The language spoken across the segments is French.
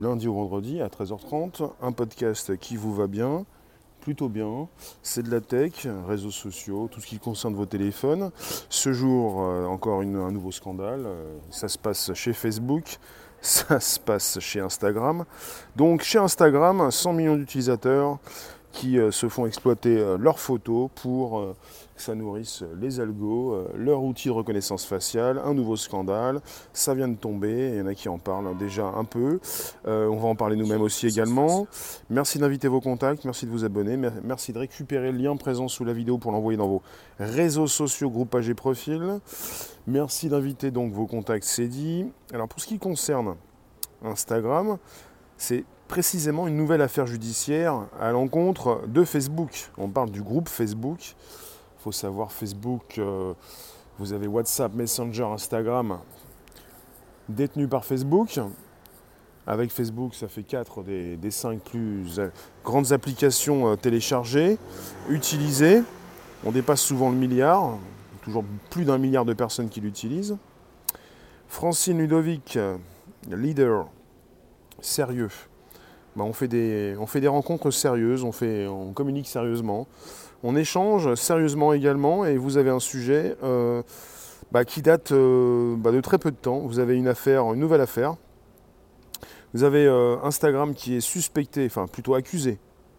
Lundi au vendredi à 13h30, un podcast qui vous va bien, plutôt bien. C'est de la tech, réseaux sociaux, tout ce qui concerne vos téléphones. Ce jour, encore un nouveau scandale. Ça se passe chez Facebook, ça se passe chez Instagram. Donc chez Instagram, 100 millions d'utilisateurs qui se font exploiter leurs photos pour que ça nourrisse les algos, leur outil de reconnaissance faciale, un nouveau scandale, ça vient de tomber, il y en a qui en parlent déjà un peu, on va en parler nous-mêmes aussi également. Merci d'inviter vos contacts, merci de vous abonner, merci de récupérer le lien présent sous la vidéo pour l'envoyer dans vos réseaux sociaux, groupages et profils. Merci d'inviter donc vos contacts, c'est dit. Alors pour ce qui concerne Instagram, c'est précisément une nouvelle affaire judiciaire à l'encontre de Facebook. On parle du groupe Facebook. Il faut savoir, Facebook, vous avez WhatsApp, Messenger, Instagram, détenus par Facebook. Avec Facebook, ça fait 4 des 5 plus grandes applications téléchargées, utilisées. On dépasse souvent le milliard, toujours plus d'1 milliard de personnes qui l'utilisent. Francine Ludovic, leader, sérieux. On fait des rencontres sérieuses, on communique sérieusement, on échange sérieusement également, et vous avez un sujet qui date de très peu de temps. Vous avez une nouvelle affaire. Vous avez Instagram qui est suspecté, enfin plutôt accusé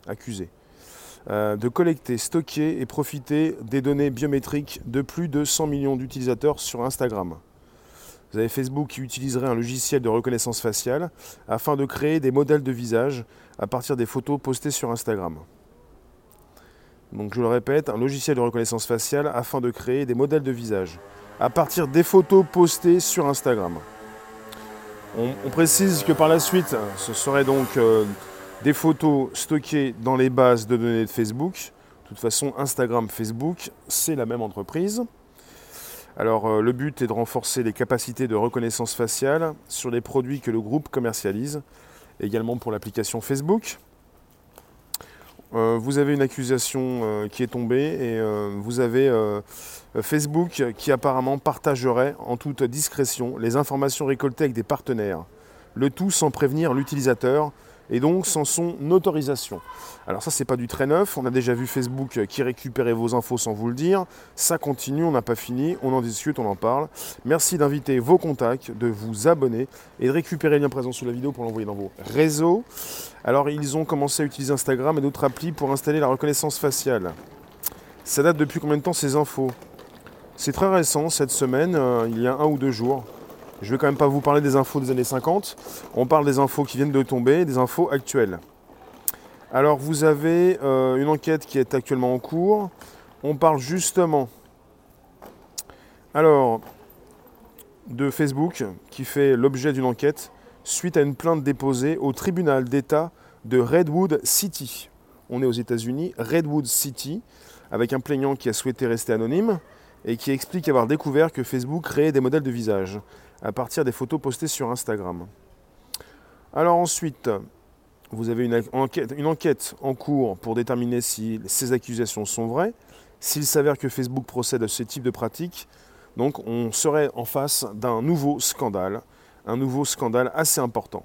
de collecter, stocker et profiter des données biométriques de plus de 100 millions d'utilisateurs sur Instagram. Vous avez Facebook qui utiliserait un logiciel de reconnaissance faciale afin de créer des modèles de visage à partir des photos postées sur Instagram. Donc je le répète, un logiciel de reconnaissance faciale afin de créer des modèles de visage à partir des photos postées sur Instagram. On précise que par la suite, ce serait donc des photos stockées dans les bases de données de Facebook. De toute façon, Instagram, Facebook, c'est la même entreprise. Alors le but est de renforcer les capacités de reconnaissance faciale sur les produits que le groupe commercialise, également pour l'application Facebook. Vous avez une accusation qui est tombée et vous avez Facebook qui apparemment partagerait en toute discrétion les informations récoltées avec des partenaires, le tout sans prévenir l'utilisateur et donc sans son autorisation. Alors ça, c'est pas du très neuf, on a déjà vu Facebook qui récupérait vos infos sans vous le dire. Ça continue, on n'a pas fini, on en discute, on en parle. Merci d'inviter vos contacts, de vous abonner et de récupérer le lien présent sous la vidéo pour l'envoyer dans vos réseaux. Alors ils ont commencé à utiliser Instagram et d'autres applis pour installer la reconnaissance faciale. Ça date depuis combien de temps ces infos? C'est très récent, cette semaine, il y a 1 ou 2 jours. Je ne vais quand même pas vous parler des infos des années 50. On parle des infos qui viennent de tomber, des infos actuelles. Alors vous avez une enquête qui est actuellement en cours. On parle justement de Facebook qui fait l'objet d'une enquête suite à une plainte déposée au tribunal d'État de Redwood City. On est aux États-Unis, Redwood City, avec un plaignant qui a souhaité rester anonyme et qui explique avoir découvert que Facebook créait des modèles de visage à partir des photos postées sur Instagram. Alors ensuite, vous avez une enquête en cours pour déterminer si ces accusations sont vraies. S'il s'avère que Facebook procède à ce type de pratique, donc on serait en face d'un nouveau scandale assez important.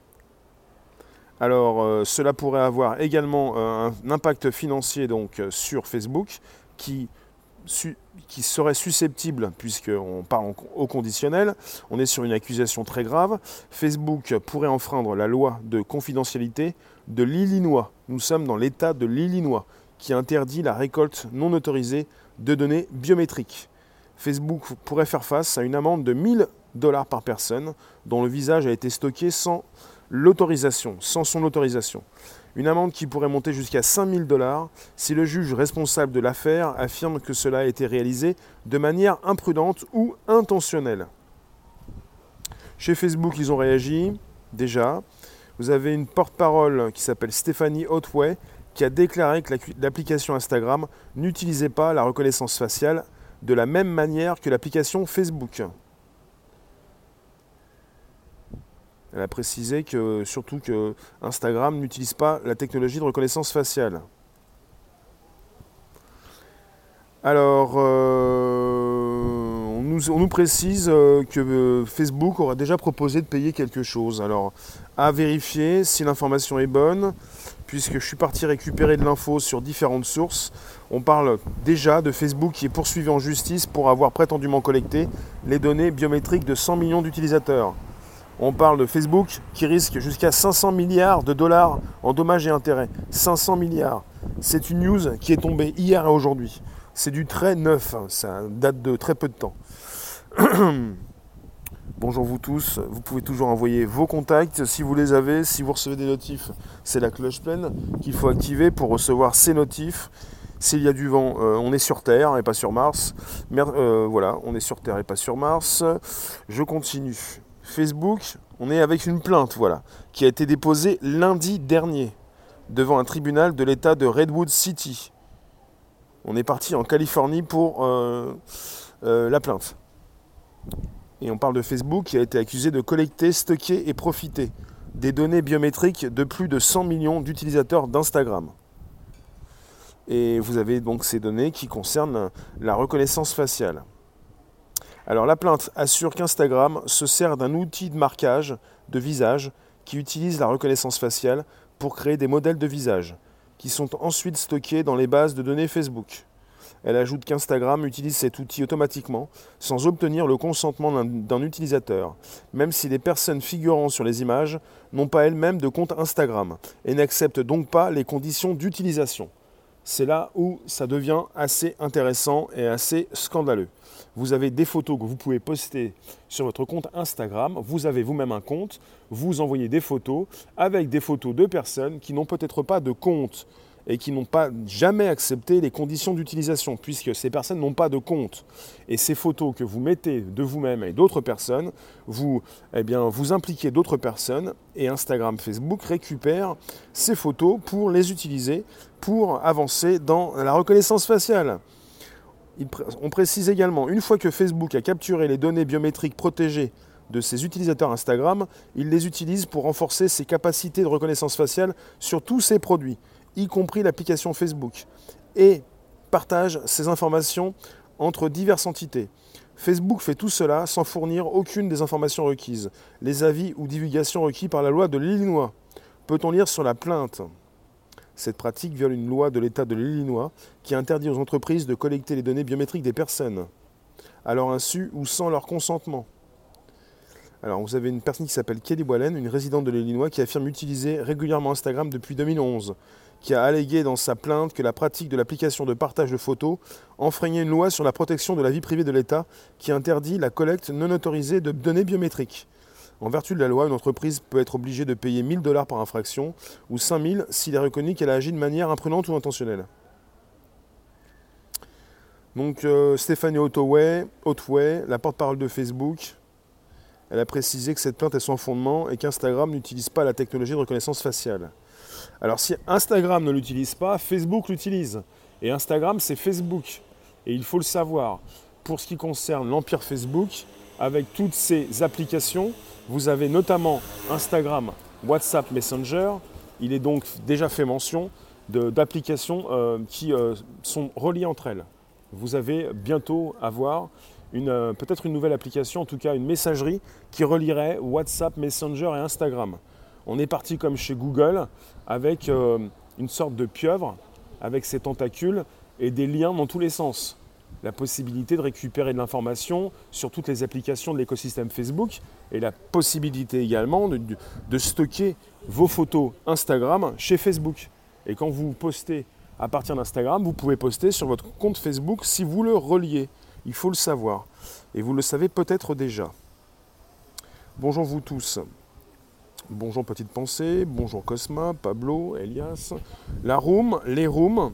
Alors cela pourrait avoir également un impact financier donc, sur Facebook qui serait susceptible, puisqu'on parle au conditionnel, on est sur une accusation très grave. Facebook pourrait enfreindre la loi de confidentialité de l'Illinois. Nous sommes dans l'État de l'Illinois, qui interdit la récolte non autorisée de données biométriques. Facebook pourrait faire face à une amende de $1000 par personne, dont le visage a été stocké sans son autorisation. Une amende qui pourrait monter jusqu'à $5000 si le juge responsable de l'affaire affirme que cela a été réalisé de manière imprudente ou intentionnelle. Chez Facebook, ils ont réagi, déjà. Vous avez une porte-parole qui s'appelle Stephanie Otway qui a déclaré que l'application Instagram n'utilisait pas la reconnaissance faciale de la même manière que l'application Facebook. Elle a précisé surtout que Instagram n'utilise pas la technologie de reconnaissance faciale. Alors, on on nous précise que Facebook aura déjà proposé de payer quelque chose. Alors, à vérifier si l'information est bonne, puisque je suis parti récupérer de l'info sur différentes sources. On parle déjà de Facebook qui est poursuivi en justice pour avoir prétendument collecté les données biométriques de 100 millions d'utilisateurs. On parle de Facebook qui risque jusqu'à 500 milliards de dollars en dommages et intérêts. 500 milliards. C'est une news qui est tombée hier et aujourd'hui. C'est du très neuf, ça date de très peu de temps. Bonjour vous tous, vous pouvez toujours envoyer vos contacts si vous les avez, si vous recevez des notifs, c'est la cloche pleine qu'il faut activer pour recevoir ces notifs. S'il y a du vent, on est sur Terre et pas sur Mars. Voilà, on est sur Terre et pas sur Mars. Je continue. Facebook, on est avec une plainte, voilà, qui a été déposée lundi dernier devant un tribunal de l'État de Redwood City. On est parti en Californie pour la plainte. Et on parle de Facebook qui a été accusé de collecter, stocker et profiter des données biométriques de plus de 100 millions d'utilisateurs d'Instagram. Et vous avez donc ces données qui concernent la reconnaissance faciale. Alors la plainte assure qu'Instagram se sert d'un outil de marquage de visage qui utilise la reconnaissance faciale pour créer des modèles de visage qui sont ensuite stockés dans les bases de données Facebook. Elle ajoute qu'Instagram utilise cet outil automatiquement sans obtenir le consentement d'un utilisateur, même si les personnes figurant sur les images n'ont pas elles-mêmes de compte Instagram et n'acceptent donc pas les conditions d'utilisation. C'est là où ça devient assez intéressant et assez scandaleux. Vous avez des photos que vous pouvez poster sur votre compte Instagram, vous avez vous-même un compte, vous envoyez des photos avec des photos de personnes qui n'ont peut-être pas de compte et qui n'ont pas jamais accepté les conditions d'utilisation, puisque ces personnes n'ont pas de compte. Et ces photos que vous mettez de vous-même et d'autres personnes, vous impliquez d'autres personnes, et Instagram, Facebook récupèrent ces photos pour les utiliser, pour avancer dans la reconnaissance faciale. On précise également, une fois que Facebook a capturé les données biométriques protégées de ses utilisateurs Instagram, il les utilise pour renforcer ses capacités de reconnaissance faciale sur tous ses produits, y compris l'application Facebook, et partage ces informations entre diverses entités. Facebook fait tout cela sans fournir aucune des informations requises, les avis ou divulgations requis par la loi de l'Illinois. Peut-on lire sur la plainte ? Cette pratique viole une loi de l'État de l'Illinois qui interdit aux entreprises de collecter les données biométriques des personnes, à leur insu ou sans leur consentement. Alors vous avez une personne qui s'appelle Kelly Wallen, une résidente de l'Illinois, qui affirme utiliser régulièrement Instagram depuis 2011, qui a allégué dans sa plainte que la pratique de l'application de partage de photos enfreignait une loi sur la protection de la vie privée de l'État qui interdit la collecte non autorisée de données biométriques. En vertu de la loi, une entreprise peut être obligée de payer 1 000 $ par infraction ou 5 000 s'il est reconnu qu'elle a agi de manière imprudente ou intentionnelle. Donc Stéphanie Otway, la porte-parole de Facebook, elle a précisé que cette plainte est sans fondement et qu'Instagram n'utilise pas la technologie de reconnaissance faciale. Alors si Instagram ne l'utilise pas, Facebook l'utilise. Et Instagram, c'est Facebook. Et il faut le savoir. Pour ce qui concerne l'empire Facebook, avec toutes ces applications, vous avez notamment Instagram, WhatsApp, Messenger. Il est donc déjà fait mention d'applications qui sont reliées entre elles. Vous allez bientôt avoir peut-être une nouvelle application, en tout cas une messagerie qui relierait WhatsApp, Messenger et Instagram. On est parti comme chez Google avec une sorte de pieuvre avec ses tentacules et des liens dans tous les sens. La possibilité de récupérer de l'information sur toutes les applications de l'écosystème Facebook et la possibilité également de stocker vos photos Instagram chez Facebook. Et quand vous postez à partir d'Instagram, vous pouvez poster sur votre compte Facebook si vous le reliez. Il faut le savoir. Et vous le savez peut-être déjà. Bonjour vous tous. Bonjour Petite Pensée. Bonjour Cosma, Pablo, Elias. La room, les rooms.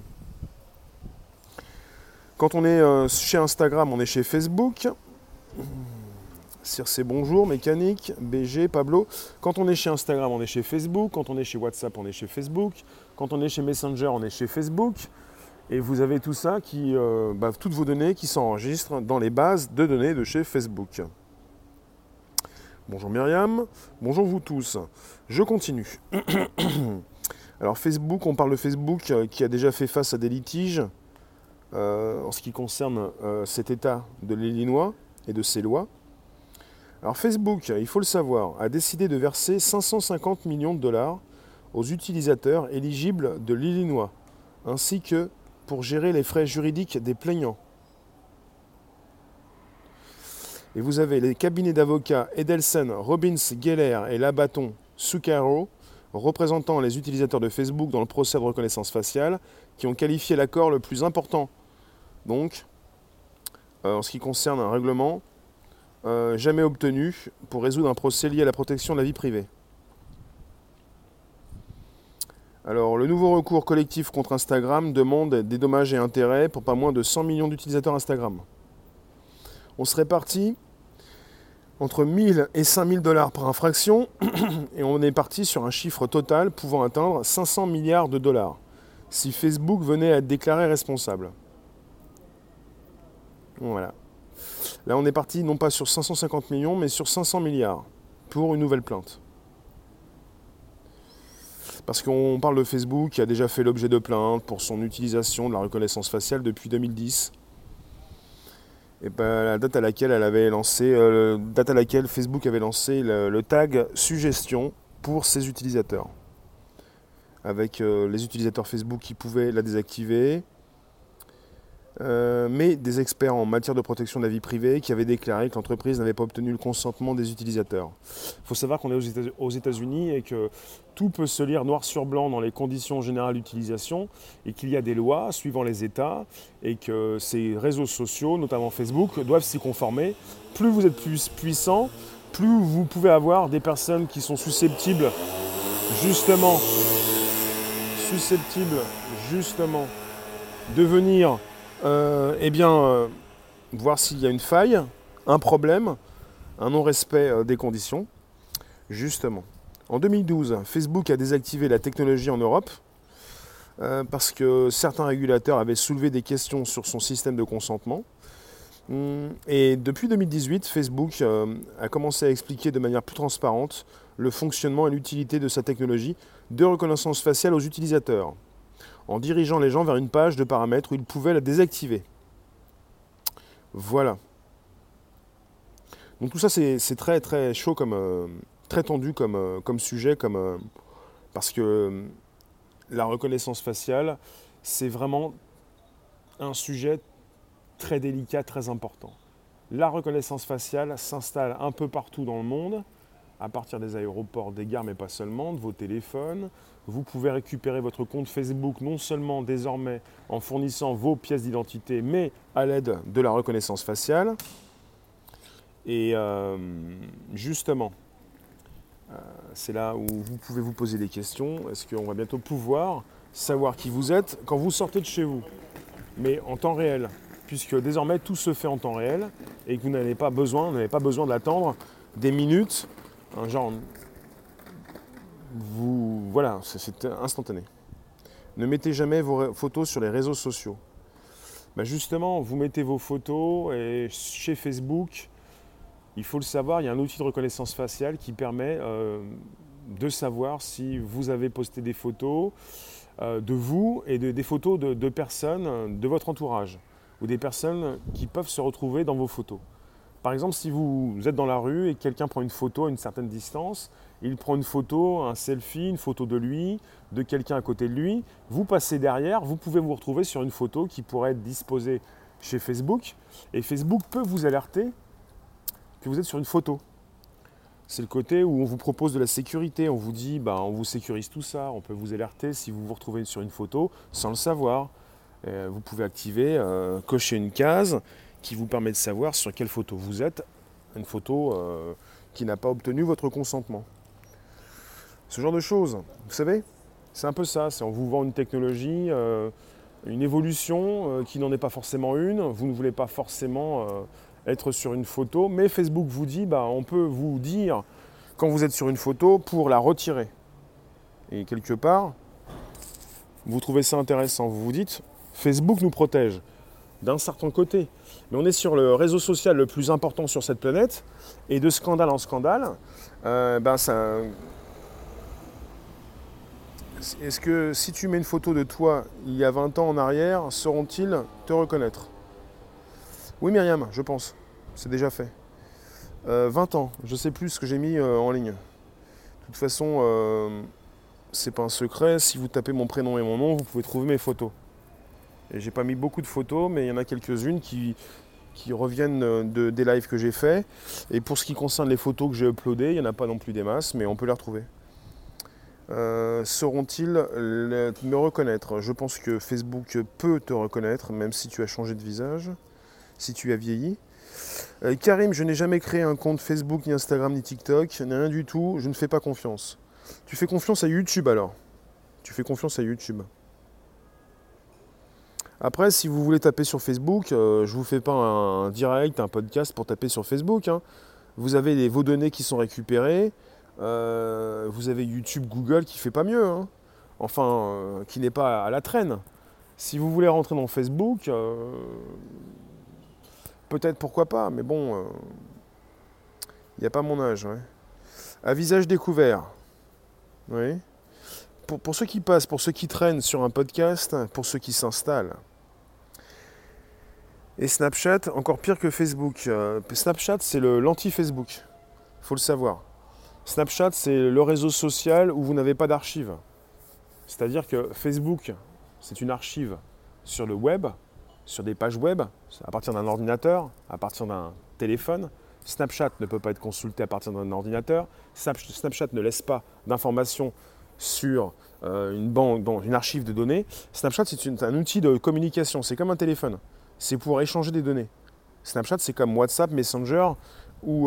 Quand on est chez Instagram, on est chez Facebook. Circe, bonjour, Mécanique, BG, Pablo. Quand on est chez Instagram, on est chez Facebook. Quand on est chez WhatsApp, on est chez Facebook. Quand on est chez Messenger, on est chez Facebook. Et vous avez tout ça, toutes vos données qui s'enregistrent dans les bases de données de chez Facebook. Bonjour Myriam, bonjour vous tous. Je continue. Alors Facebook, on parle de Facebook qui a déjà fait face à des litiges en ce qui concerne cet État de l'Illinois. et de ses lois. Alors Facebook, il faut le savoir, a décidé de verser 550 millions de dollars aux utilisateurs éligibles de l'Illinois, ainsi que pour gérer les frais juridiques des plaignants. Et vous avez les cabinets d'avocats Edelson, Robbins, Geller et Labaton Zucchero, représentant les utilisateurs de Facebook dans le procès de reconnaissance faciale, qui ont qualifié l'accord le plus important. Donc, en ce qui concerne un règlement, jamais obtenu pour résoudre un procès lié à la protection de la vie privée. Alors, le nouveau recours collectif contre Instagram demande des dommages et intérêts pour pas moins de 100 millions d'utilisateurs Instagram. On se répartit entre 1000 et 5000 dollars par infraction et on est parti sur un chiffre total pouvant atteindre 500 milliards de dollars si Facebook venait à être déclaré responsable. Voilà. Là, on est parti non pas sur 550 millions, mais sur 500 milliards pour une nouvelle plainte. Parce qu'on parle de Facebook qui a déjà fait l'objet de plaintes pour son utilisation de la reconnaissance faciale depuis 2010. Et ben, la date à laquelle Facebook avait lancé le tag suggestion pour ses utilisateurs. Avec les utilisateurs Facebook qui pouvaient la désactiver. Mais des experts en matière de protection de la vie privée qui avaient déclaré que l'entreprise n'avait pas obtenu le consentement des utilisateurs. Il faut savoir qu'on est aux États-Unis et que tout peut se lire noir sur blanc dans les conditions générales d'utilisation et qu'il y a des lois suivant les États et que ces réseaux sociaux, notamment Facebook, doivent s'y conformer. Plus vous êtes plus puissant, plus vous pouvez avoir des personnes qui sont susceptibles justement de venir voir s'il y a une faille, un problème, un non-respect des conditions. Justement. En 2012, Facebook a désactivé la technologie en Europe parce que certains régulateurs avaient soulevé des questions sur son système de consentement. Et depuis 2018, Facebook a commencé à expliquer de manière plus transparente le fonctionnement et l'utilité de sa technologie de reconnaissance faciale aux utilisateurs, en dirigeant les gens vers une page de paramètres où ils pouvaient la désactiver. Voilà. Donc tout ça, c'est très très chaud, très tendu comme sujet, parce que la reconnaissance faciale, c'est vraiment un sujet très délicat, très important. La reconnaissance faciale s'installe un peu partout dans le monde, à partir des aéroports, des gares, mais pas seulement, de vos téléphones. Vous pouvez récupérer votre compte Facebook non seulement désormais en fournissant vos pièces d'identité, mais à l'aide de la reconnaissance faciale. Et justement, c'est là où vous pouvez vous poser des questions. Est-ce qu'on va bientôt pouvoir savoir qui vous êtes quand vous sortez de chez vous, mais en temps réel, puisque désormais tout se fait en temps réel et que vous n'avez pas besoin de l'attendre des minutes. Voilà, c'est instantané. Ne mettez jamais vos photos sur les réseaux sociaux. Justement, vous mettez vos photos et chez Facebook, il faut le savoir, il y a un outil de reconnaissance faciale qui permet de savoir si vous avez posté des photos de vous et des photos de personnes de votre entourage ou des personnes qui peuvent se retrouver dans vos photos. Par exemple, si vous êtes dans la rue et que quelqu'un prend une photo à une certaine distance, il prend une photo, un selfie, une photo de lui, de quelqu'un à côté de lui, vous passez derrière, vous pouvez vous retrouver sur une photo qui pourrait être disposée chez Facebook et Facebook peut vous alerter que vous êtes sur une photo. C'est le côté où on vous propose de la sécurité, on vous dit, on vous sécurise tout ça, on peut vous alerter si vous vous retrouvez sur une photo sans le savoir. Vous pouvez activer, cocher une case qui vous permet de savoir sur quelle photo vous êtes, une photo qui n'a pas obtenu votre consentement. Ce genre de choses, vous savez, c'est un peu ça, c'est on vous vend une technologie, une évolution qui n'en est pas forcément une, vous ne voulez pas forcément être sur une photo, mais Facebook vous dit, on peut vous dire quand vous êtes sur une photo pour la retirer. Et quelque part, vous trouvez ça intéressant, vous vous dites, Facebook nous protège d'un certain côté. Mais on est sur le réseau social le plus important sur cette planète, et de scandale en scandale, est-ce que si tu mets une photo de toi il y a 20 ans en arrière, sauront-ils te reconnaître ? Oui Myriam, je pense. c'est déjà fait. 20 ans, je sais plus ce que j'ai mis en ligne. De toute façon, c'est pas un secret, si vous tapez mon prénom et mon nom, vous pouvez trouver mes photos. Et j'ai pas mis beaucoup de photos, mais il y en a quelques-unes qui reviennent des lives que j'ai faits. Et pour ce qui concerne les photos que j'ai uploadées, il n'y en a pas non plus des masses, mais on peut les retrouver. Sauront-ils me reconnaître? Je pense que Facebook peut te reconnaître, même si tu as changé de visage, si tu as vieilli. Karim, je n'ai jamais créé un compte Facebook, ni Instagram, ni TikTok, ni rien du tout, je ne fais pas confiance. Tu fais confiance à YouTube alors? Tu fais confiance à YouTube. Après, si vous voulez taper sur Facebook, je ne vous fais pas un direct, un podcast pour taper sur Facebook, hein. Vous avez vos données qui sont récupérées. Vous avez YouTube, Google qui fait pas mieux, hein. Enfin, qui n'est pas à la traîne. Si vous voulez rentrer dans Facebook, peut-être pourquoi pas, mais bon, il n'y a pas mon âge. Ouais. À visage découvert. Oui. Pour ceux qui passent, pour ceux qui traînent sur un podcast, pour ceux qui s'installent. Et Snapchat, encore pire que Facebook. Snapchat, c'est l'anti-Facebook. Il faut le savoir. Snapchat, c'est le réseau social où vous n'avez pas d'archives. C'est-à-dire que Facebook, c'est une archive sur le web, sur des pages web, à partir d'un ordinateur, à partir d'un téléphone. Snapchat ne peut pas être consulté à partir d'un ordinateur. Snapchat ne laisse pas d'informations sur une archive de données. Snapchat, c'est un outil de communication. C'est comme un téléphone. C'est pour échanger des données. Snapchat, c'est comme WhatsApp, Messenger ou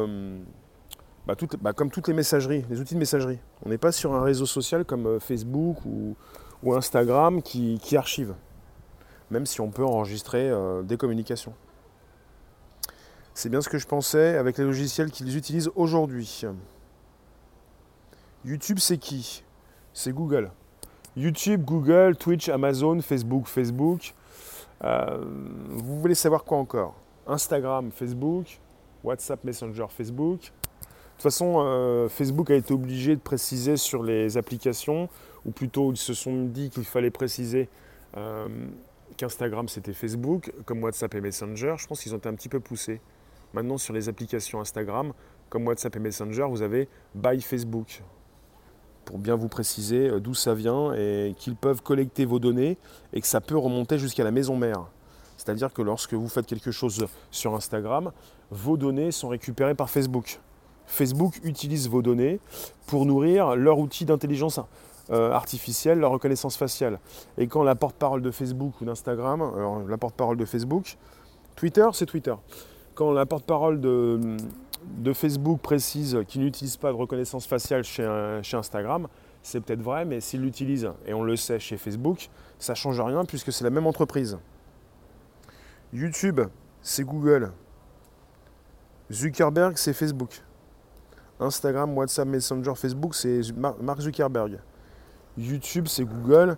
comme toutes les messageries, les outils de messagerie. On n'est pas sur un réseau social comme Facebook ou Instagram qui archive, même si on peut enregistrer des communications. C'est bien ce que je pensais avec les logiciels qu'ils utilisent aujourd'hui. YouTube, c'est qui? C'est Google. YouTube, Google, Twitch, Amazon, Facebook. Vous voulez savoir quoi encore? Instagram, Facebook, WhatsApp, Messenger, Facebook. De toute façon, Facebook a été obligé de préciser sur les applications, ou plutôt ils se sont dit qu'il fallait préciser qu'Instagram c'était Facebook, comme WhatsApp et Messenger. Je pense qu'ils ont été un petit peu poussés. Maintenant, sur les applications Instagram, comme WhatsApp et Messenger, vous avez By Facebook, pour bien vous préciser d'où ça vient et qu'ils peuvent collecter vos données et que ça peut remonter jusqu'à la maison mère. C'est-à-dire que lorsque vous faites quelque chose sur Instagram, vos données sont récupérées par Facebook. Facebook utilise vos données pour nourrir leur outil d'intelligence artificielle, leur reconnaissance faciale. Et quand la porte-parole de Facebook ou d'Instagram, alors la porte-parole de Facebook, Twitter, c'est Twitter. Quand la porte-parole de Facebook précise qu'il n'utilise pas de reconnaissance faciale chez Instagram, c'est peut-être vrai, mais s'il l'utilise, et on le sait chez Facebook, ça ne change rien puisque c'est la même entreprise. YouTube, c'est Google. Zuckerberg, c'est Facebook. Instagram, WhatsApp, Messenger, Facebook, c'est Mark Zuckerberg. YouTube, c'est Google.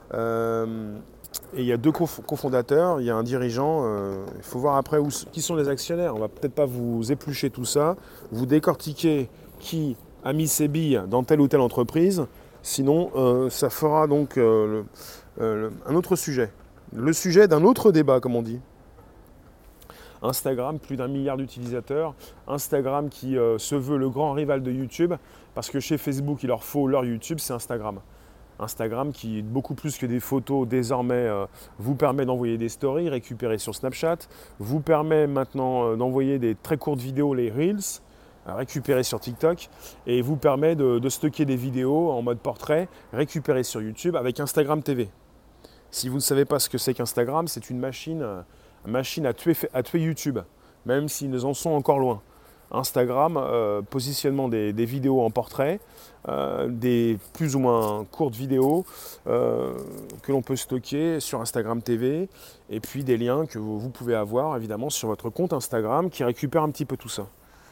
Et il y a deux cofondateurs, il y a un dirigeant. Il faut voir après qui sont les actionnaires. On va peut-être pas vous éplucher tout ça, vous décortiquer qui a mis ses billes dans telle ou telle entreprise. Sinon, ça fera donc un autre sujet. Le sujet d'un autre débat, comme on dit. Instagram, plus d'1 milliard d'utilisateurs. Instagram qui se veut le grand rival de YouTube, parce que chez Facebook, il leur faut leur YouTube, c'est Instagram. Instagram qui, beaucoup plus que des photos, désormais vous permet d'envoyer des stories récupérées sur Snapchat, vous permet maintenant d'envoyer des très courtes vidéos, les Reels, récupérées sur TikTok, et vous permet de stocker des vidéos en mode portrait, récupérées sur YouTube avec Instagram TV. Si vous ne savez pas ce que c'est qu'Instagram, c'est une machine à tuer YouTube, même s'ils en sont encore loin. Instagram, positionnement des vidéos en portrait, des plus ou moins courtes vidéos que l'on peut stocker sur Instagram TV, et puis des liens que vous pouvez avoir évidemment sur votre compte Instagram qui récupère un petit peu tout ça.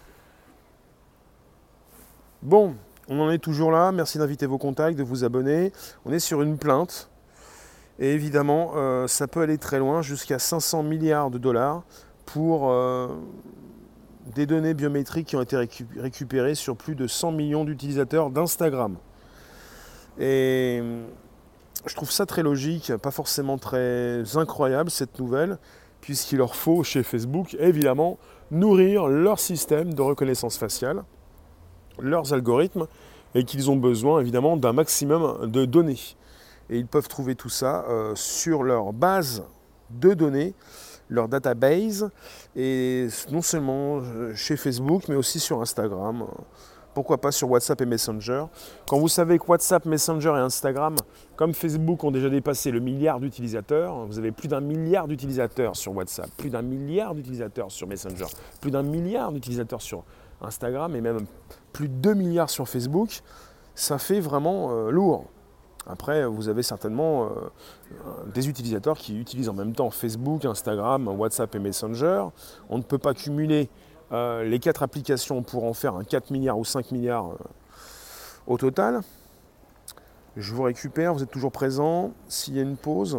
Bon, on en est toujours là, merci d'inviter vos contacts, de vous abonner. On est sur une plainte. Et évidemment, ça peut aller très loin, jusqu'à 500 milliards de dollars pour des données biométriques qui ont été récupérées sur plus de 100 millions d'utilisateurs d'Instagram. Et je trouve ça très logique, pas forcément très incroyable cette nouvelle, puisqu'il leur faut, chez Facebook, évidemment, nourrir leur système de reconnaissance faciale, leurs algorithmes, et qu'ils ont besoin, évidemment, d'un maximum de données. Et ils peuvent trouver tout ça sur leur base de données, leur database, et non seulement chez Facebook, mais aussi sur Instagram. Pourquoi pas sur WhatsApp et Messenger. Quand vous savez que WhatsApp, Messenger et Instagram, comme Facebook, ont déjà dépassé le milliard d'utilisateurs, vous avez plus d'1 milliard d'utilisateurs sur WhatsApp, plus d'1 milliard d'utilisateurs sur Messenger, plus d'1 milliard d'utilisateurs sur Instagram et même plus de 2 milliards sur Facebook, ça fait vraiment lourd. Après, vous avez certainement des utilisateurs qui utilisent en même temps Facebook, Instagram, WhatsApp et Messenger. On ne peut pas cumuler les 4 applications pour en faire un 4 milliards ou 5 milliards au total. Je vous récupère, vous êtes toujours présent. S'il y a une pause,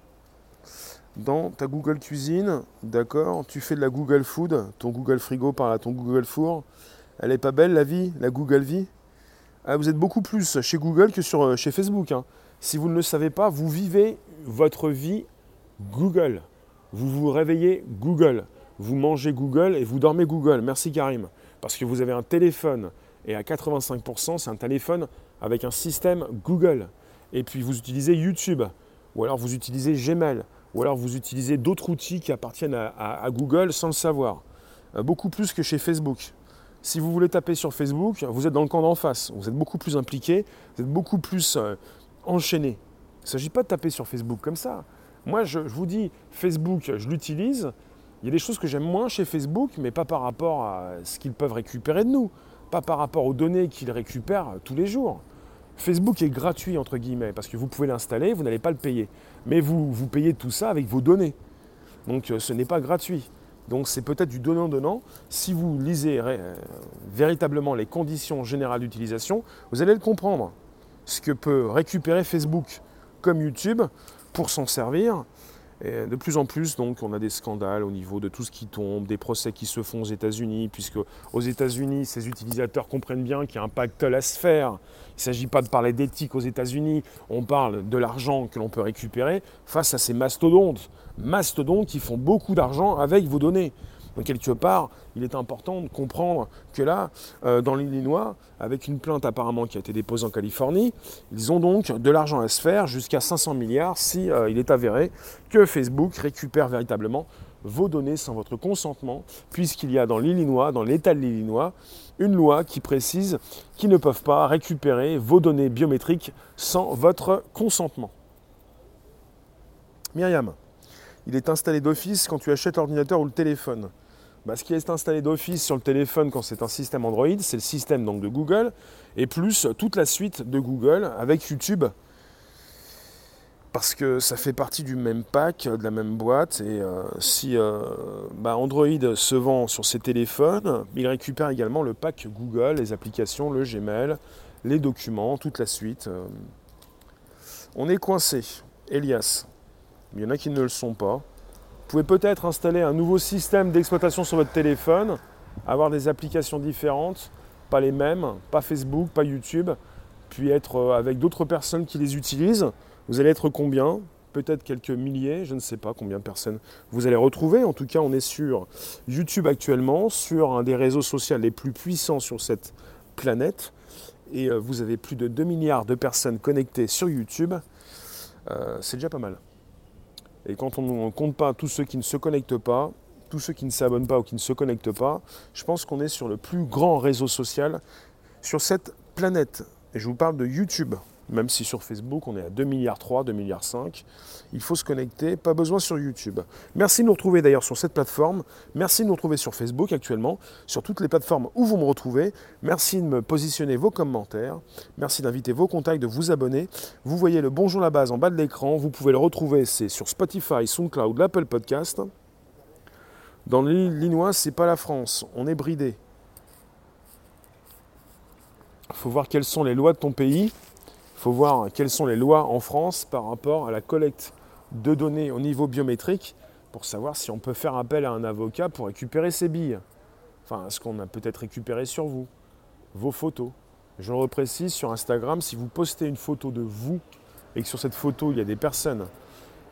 dans ta Google Cuisine, d'accord, tu fais de la Google Food, ton Google Frigo par là, ton Google Four. Elle est pas belle la vie, la Google Vie? Ah, vous êtes beaucoup plus chez Google que chez Facebook. Hein. Si vous ne le savez pas, vous vivez votre vie Google. Vous vous réveillez Google. Vous mangez Google et vous dormez Google. Merci Karim. Parce que vous avez un téléphone et à 85%, c'est un téléphone avec un système Google. Et puis vous utilisez YouTube, ou alors vous utilisez Gmail, ou alors vous utilisez d'autres outils qui appartiennent à Google sans le savoir. Beaucoup plus que chez Facebook. Si vous voulez taper sur Facebook, vous êtes dans le camp d'en face. Vous êtes beaucoup plus impliqué, vous êtes beaucoup plus enchaîné. Il ne s'agit pas de taper sur Facebook comme ça. Moi, je vous dis, Facebook, je l'utilise. Il y a des choses que j'aime moins chez Facebook, mais pas par rapport à ce qu'ils peuvent récupérer de nous. Pas par rapport aux données qu'ils récupèrent tous les jours. Facebook est gratuit, entre guillemets, parce que vous pouvez l'installer, vous n'allez pas le payer. Mais vous payez tout ça avec vos données. Donc ce n'est pas gratuit. Donc c'est peut-être du donnant-donnant. Si vous lisez véritablement les conditions générales d'utilisation, vous allez le comprendre. Ce que peut récupérer Facebook comme YouTube pour s'en servir. Et de plus en plus, donc, on a des scandales au niveau de tout ce qui tombe, des procès qui se font aux États-Unis, puisque aux États-Unis, ces utilisateurs comprennent bien qu'il y a un pactole à se faire. Il ne s'agit pas de parler d'éthique aux États-Unis, on parle de l'argent que l'on peut récupérer face à ces mastodontes qui font beaucoup d'argent avec vos données. Donc quelque part, il est important de comprendre que là, dans l'Illinois, avec une plainte apparemment qui a été déposée en Californie, ils ont donc de l'argent à se faire, jusqu'à 500 milliards, si il est avéré que Facebook récupère véritablement vos données sans votre consentement, puisqu'il y a dans l'Illinois, dans l'État de l'Illinois, une loi qui précise qu'ils ne peuvent pas récupérer vos données biométriques sans votre consentement. Myriam, il est installé d'office quand tu achètes l'ordinateur ou le téléphone. Ce qui est installé d'office sur le téléphone quand c'est un système Android, c'est le système donc de Google, et plus toute la suite de Google avec YouTube. Parce que ça fait partie du même pack, de la même boîte, et si Android se vend sur ses téléphones, il récupère également le pack Google, les applications, le Gmail, les documents, toute la suite. On est coincé, Elias. Il y en a qui ne le sont pas. Vous pouvez peut-être installer un nouveau système d'exploitation sur votre téléphone, avoir des applications différentes, pas les mêmes, pas Facebook, pas YouTube, puis être avec d'autres personnes qui les utilisent. Vous allez être combien? Peut-être quelques milliers, je ne sais pas combien de personnes vous allez retrouver. En tout cas, on est sur YouTube actuellement, sur un des réseaux sociaux les plus puissants sur cette planète. Et vous avez plus de 2 milliards de personnes connectées sur YouTube. C'est déjà pas mal. Et quand on ne compte pas tous ceux qui ne se connectent pas, tous ceux qui ne s'abonnent pas ou qui ne se connectent pas, je pense qu'on est sur le plus grand réseau social sur cette planète. Et je vous parle de YouTube. Même si sur Facebook, on est à 2,3 milliards, 2,5 milliards, il faut se connecter, pas besoin sur YouTube. Merci de nous retrouver d'ailleurs sur cette plateforme. Merci de nous retrouver sur Facebook actuellement, sur toutes les plateformes où vous me retrouvez. Merci de me positionner vos commentaires. Merci d'inviter vos contacts, de vous abonner. Vous voyez le Bonjour la base en bas de l'écran. Vous pouvez le retrouver, c'est sur Spotify, SoundCloud, l'Apple Podcast. Dans l'Illinois, c'est pas la France. On est bridé. Il faut voir quelles sont les lois de ton pays. Il faut voir quelles sont les lois en France par rapport à la collecte de données au niveau biométrique pour savoir si on peut faire appel à un avocat pour récupérer ses billes. Enfin, ce qu'on a peut-être récupéré sur vous, vos photos. Je le reprécise, sur Instagram, si vous postez une photo de vous et que sur cette photo, il y a des personnes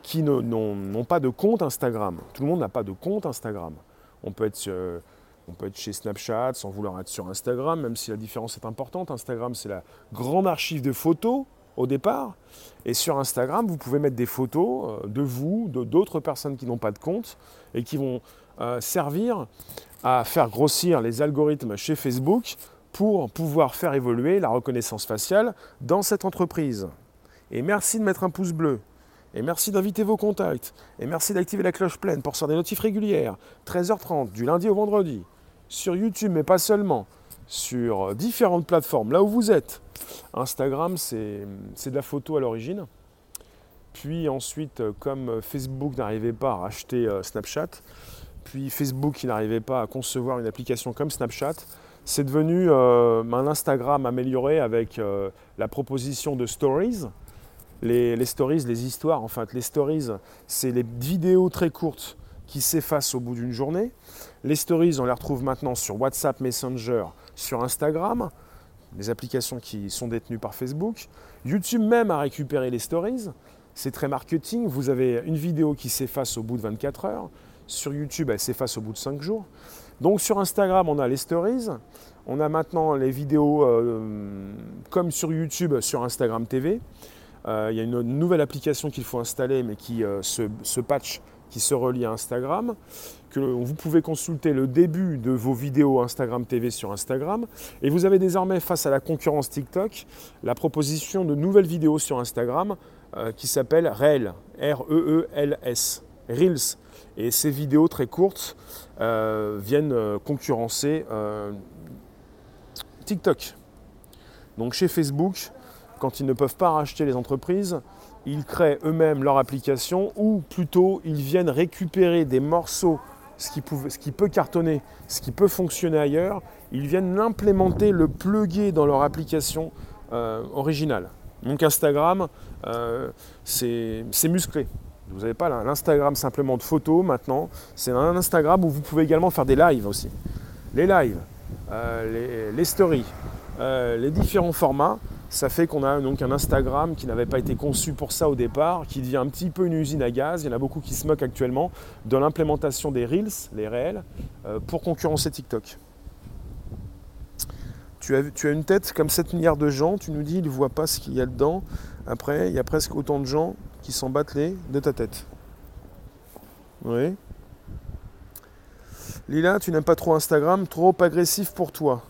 qui n'ont pas de compte Instagram. Tout le monde n'a pas de compte Instagram. On peut être chez Snapchat sans vouloir être sur Instagram, même si la différence est importante. Instagram, c'est la grande archive de photos au départ. Et sur Instagram, vous pouvez mettre des photos de vous, d'autres personnes qui n'ont pas de compte et qui vont servir à faire grossir les algorithmes chez Facebook pour pouvoir faire évoluer la reconnaissance faciale dans cette entreprise. Et merci de mettre un pouce bleu. Et merci d'inviter vos contacts. Et merci d'activer la cloche pleine pour recevoir des notifs régulières. 13h30, du lundi au vendredi. Sur YouTube, mais pas seulement. Sur différentes plateformes, là où vous êtes. Instagram, c'est de la photo à l'origine. Puis ensuite, comme Facebook n'arrivait pas à racheter Snapchat, puis Facebook qui n'arrivait pas à concevoir une application comme Snapchat, c'est devenu un Instagram amélioré avec la proposition de Stories. Les stories, les histoires, en fait, les stories, c'est les vidéos très courtes qui s'effacent au bout d'une journée. Les stories, on les retrouve maintenant sur WhatsApp, Messenger, sur Instagram, les applications qui sont détenues par Facebook. YouTube même a récupéré les stories. C'est très marketing. Vous avez une vidéo qui s'efface au bout de 24 heures. Sur YouTube, elle s'efface au bout de 5 jours. Donc sur Instagram, on a les stories. On a maintenant les vidéos comme sur YouTube, sur Instagram TV. Il y a une nouvelle application qu'il faut installer, mais qui ce patch qui se relie à Instagram, que vous pouvez consulter le début de vos vidéos Instagram TV sur Instagram. Et vous avez désormais, face à la concurrence TikTok, la proposition de nouvelles vidéos sur Instagram qui s'appelle Reel, R-E-E-L-S, Reels. Et ces vidéos très courtes viennent concurrencer TikTok. Donc chez Facebook, quand ils ne peuvent pas racheter les entreprises, ils créent eux-mêmes leur application ou plutôt ils viennent récupérer des morceaux, ce qui peut cartonner, ce qui peut fonctionner ailleurs, ils viennent l'implémenter, le plugger dans leur application originale. Donc Instagram, c'est musclé. Vous n'avez pas l'Instagram simplement de photos maintenant, c'est un Instagram où vous pouvez également faire des lives aussi. Les lives, les stories, les différents formats. Ça fait qu'on a donc un Instagram qui n'avait pas été conçu pour ça au départ, qui devient un petit peu une usine à gaz. Il y en a beaucoup qui se moquent actuellement de l'implémentation des Reels, les réels, pour concurrencer TikTok. Tu as une tête comme 7 milliards de gens, tu nous dis ils ne voient pas ce qu'il y a dedans. Après, il y a presque autant de gens qui s'en battent les de ta tête. Oui. Lila, tu n'aimes pas trop Instagram, trop agressif pour toi.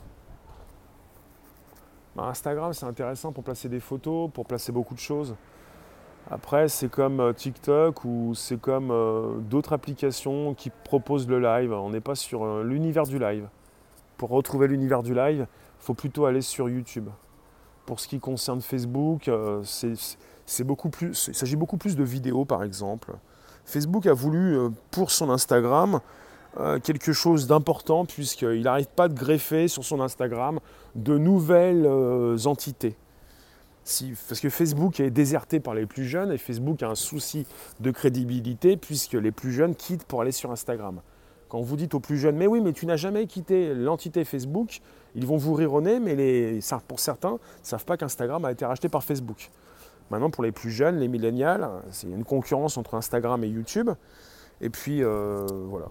Instagram, c'est intéressant pour placer des photos, pour placer beaucoup de choses. Après, c'est comme TikTok ou c'est comme d'autres applications qui proposent le live. On n'est pas sur l'univers du live. Pour retrouver l'univers du live, il faut plutôt aller sur YouTube. Pour ce qui concerne Facebook, il s'agit beaucoup plus de vidéos, par exemple. Facebook a voulu, pour son Instagram, quelque chose d'important puisqu'il n'arrive pas de greffer sur son Instagram de nouvelles entités. Parce que Facebook est déserté par les plus jeunes et Facebook a un souci de crédibilité puisque les plus jeunes quittent pour aller sur Instagram. Quand vous dites aux plus jeunes « mais oui, mais tu n'as jamais quitté l'entité Facebook », ils vont vous rire au nez, mais pour certains ne savent pas qu'Instagram a été racheté par Facebook. Maintenant, pour les plus jeunes, les millénials, c'est une concurrence entre Instagram et YouTube. Et puis, voilà.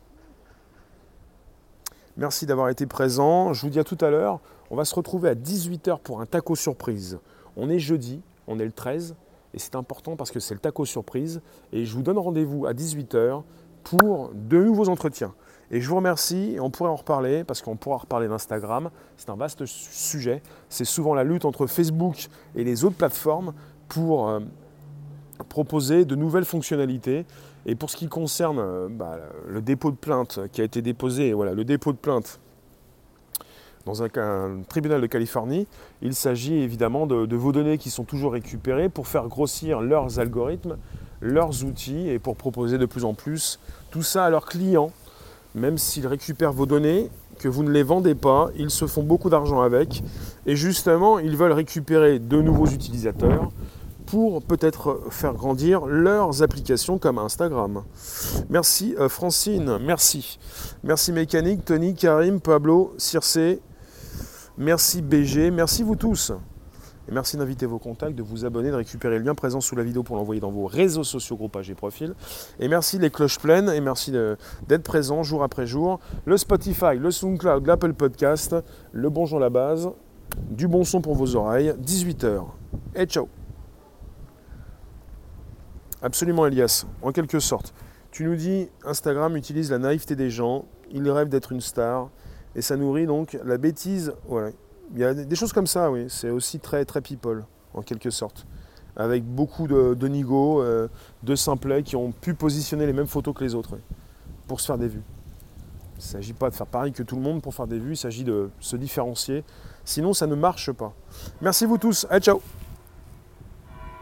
Merci d'avoir été présent. Je vous dis à tout à l'heure. On va se retrouver à 18h pour un taco surprise. On est jeudi, on est le 13 et c'est important parce que c'est le taco surprise. Et je vous donne rendez-vous à 18h pour de nouveaux entretiens. Et je vous remercie et on pourrait en reparler parce qu'on pourra reparler d'Instagram. C'est un vaste sujet. C'est souvent la lutte entre Facebook et les autres plateformes pour proposer de nouvelles fonctionnalités. Et pour ce qui concerne le dépôt de plainte qui a été déposé, le dépôt de plainte dans un tribunal de Californie, il s'agit évidemment de vos données qui sont toujours récupérées pour faire grossir leurs algorithmes, leurs outils et pour proposer de plus en plus tout ça à leurs clients. Même s'ils récupèrent vos données, que vous ne les vendez pas, ils se font beaucoup d'argent avec. Et justement, ils veulent récupérer de nouveaux utilisateurs pour peut-être faire grandir leurs applications comme Instagram. Merci Francine, merci. Merci Mécanique, Tony, Karim, Pablo, Circé, merci BG, merci vous tous. Et merci d'inviter vos contacts, de vous abonner, de récupérer le lien présent sous la vidéo pour l'envoyer dans vos réseaux sociaux, groupages et profils. Et merci les cloches pleines et merci d'être présent jour après jour. Le Spotify, le SoundCloud, l'Apple Podcast, le Bonjour la base, du bon son pour vos oreilles, 18h. Et ciao. Absolument Elias, en quelque sorte. Tu nous dis, Instagram utilise la naïveté des gens, ils rêvent d'être une star, et ça nourrit donc la bêtise. Voilà. Il y a des choses comme ça, oui, c'est aussi très, très people, en quelque sorte. Avec beaucoup de nigauds, de simplets qui ont pu positionner les mêmes photos que les autres, oui, pour se faire des vues. Il ne s'agit pas de faire pareil que tout le monde pour faire des vues, il s'agit de se différencier, sinon ça ne marche pas. Merci vous tous, allez, ciao.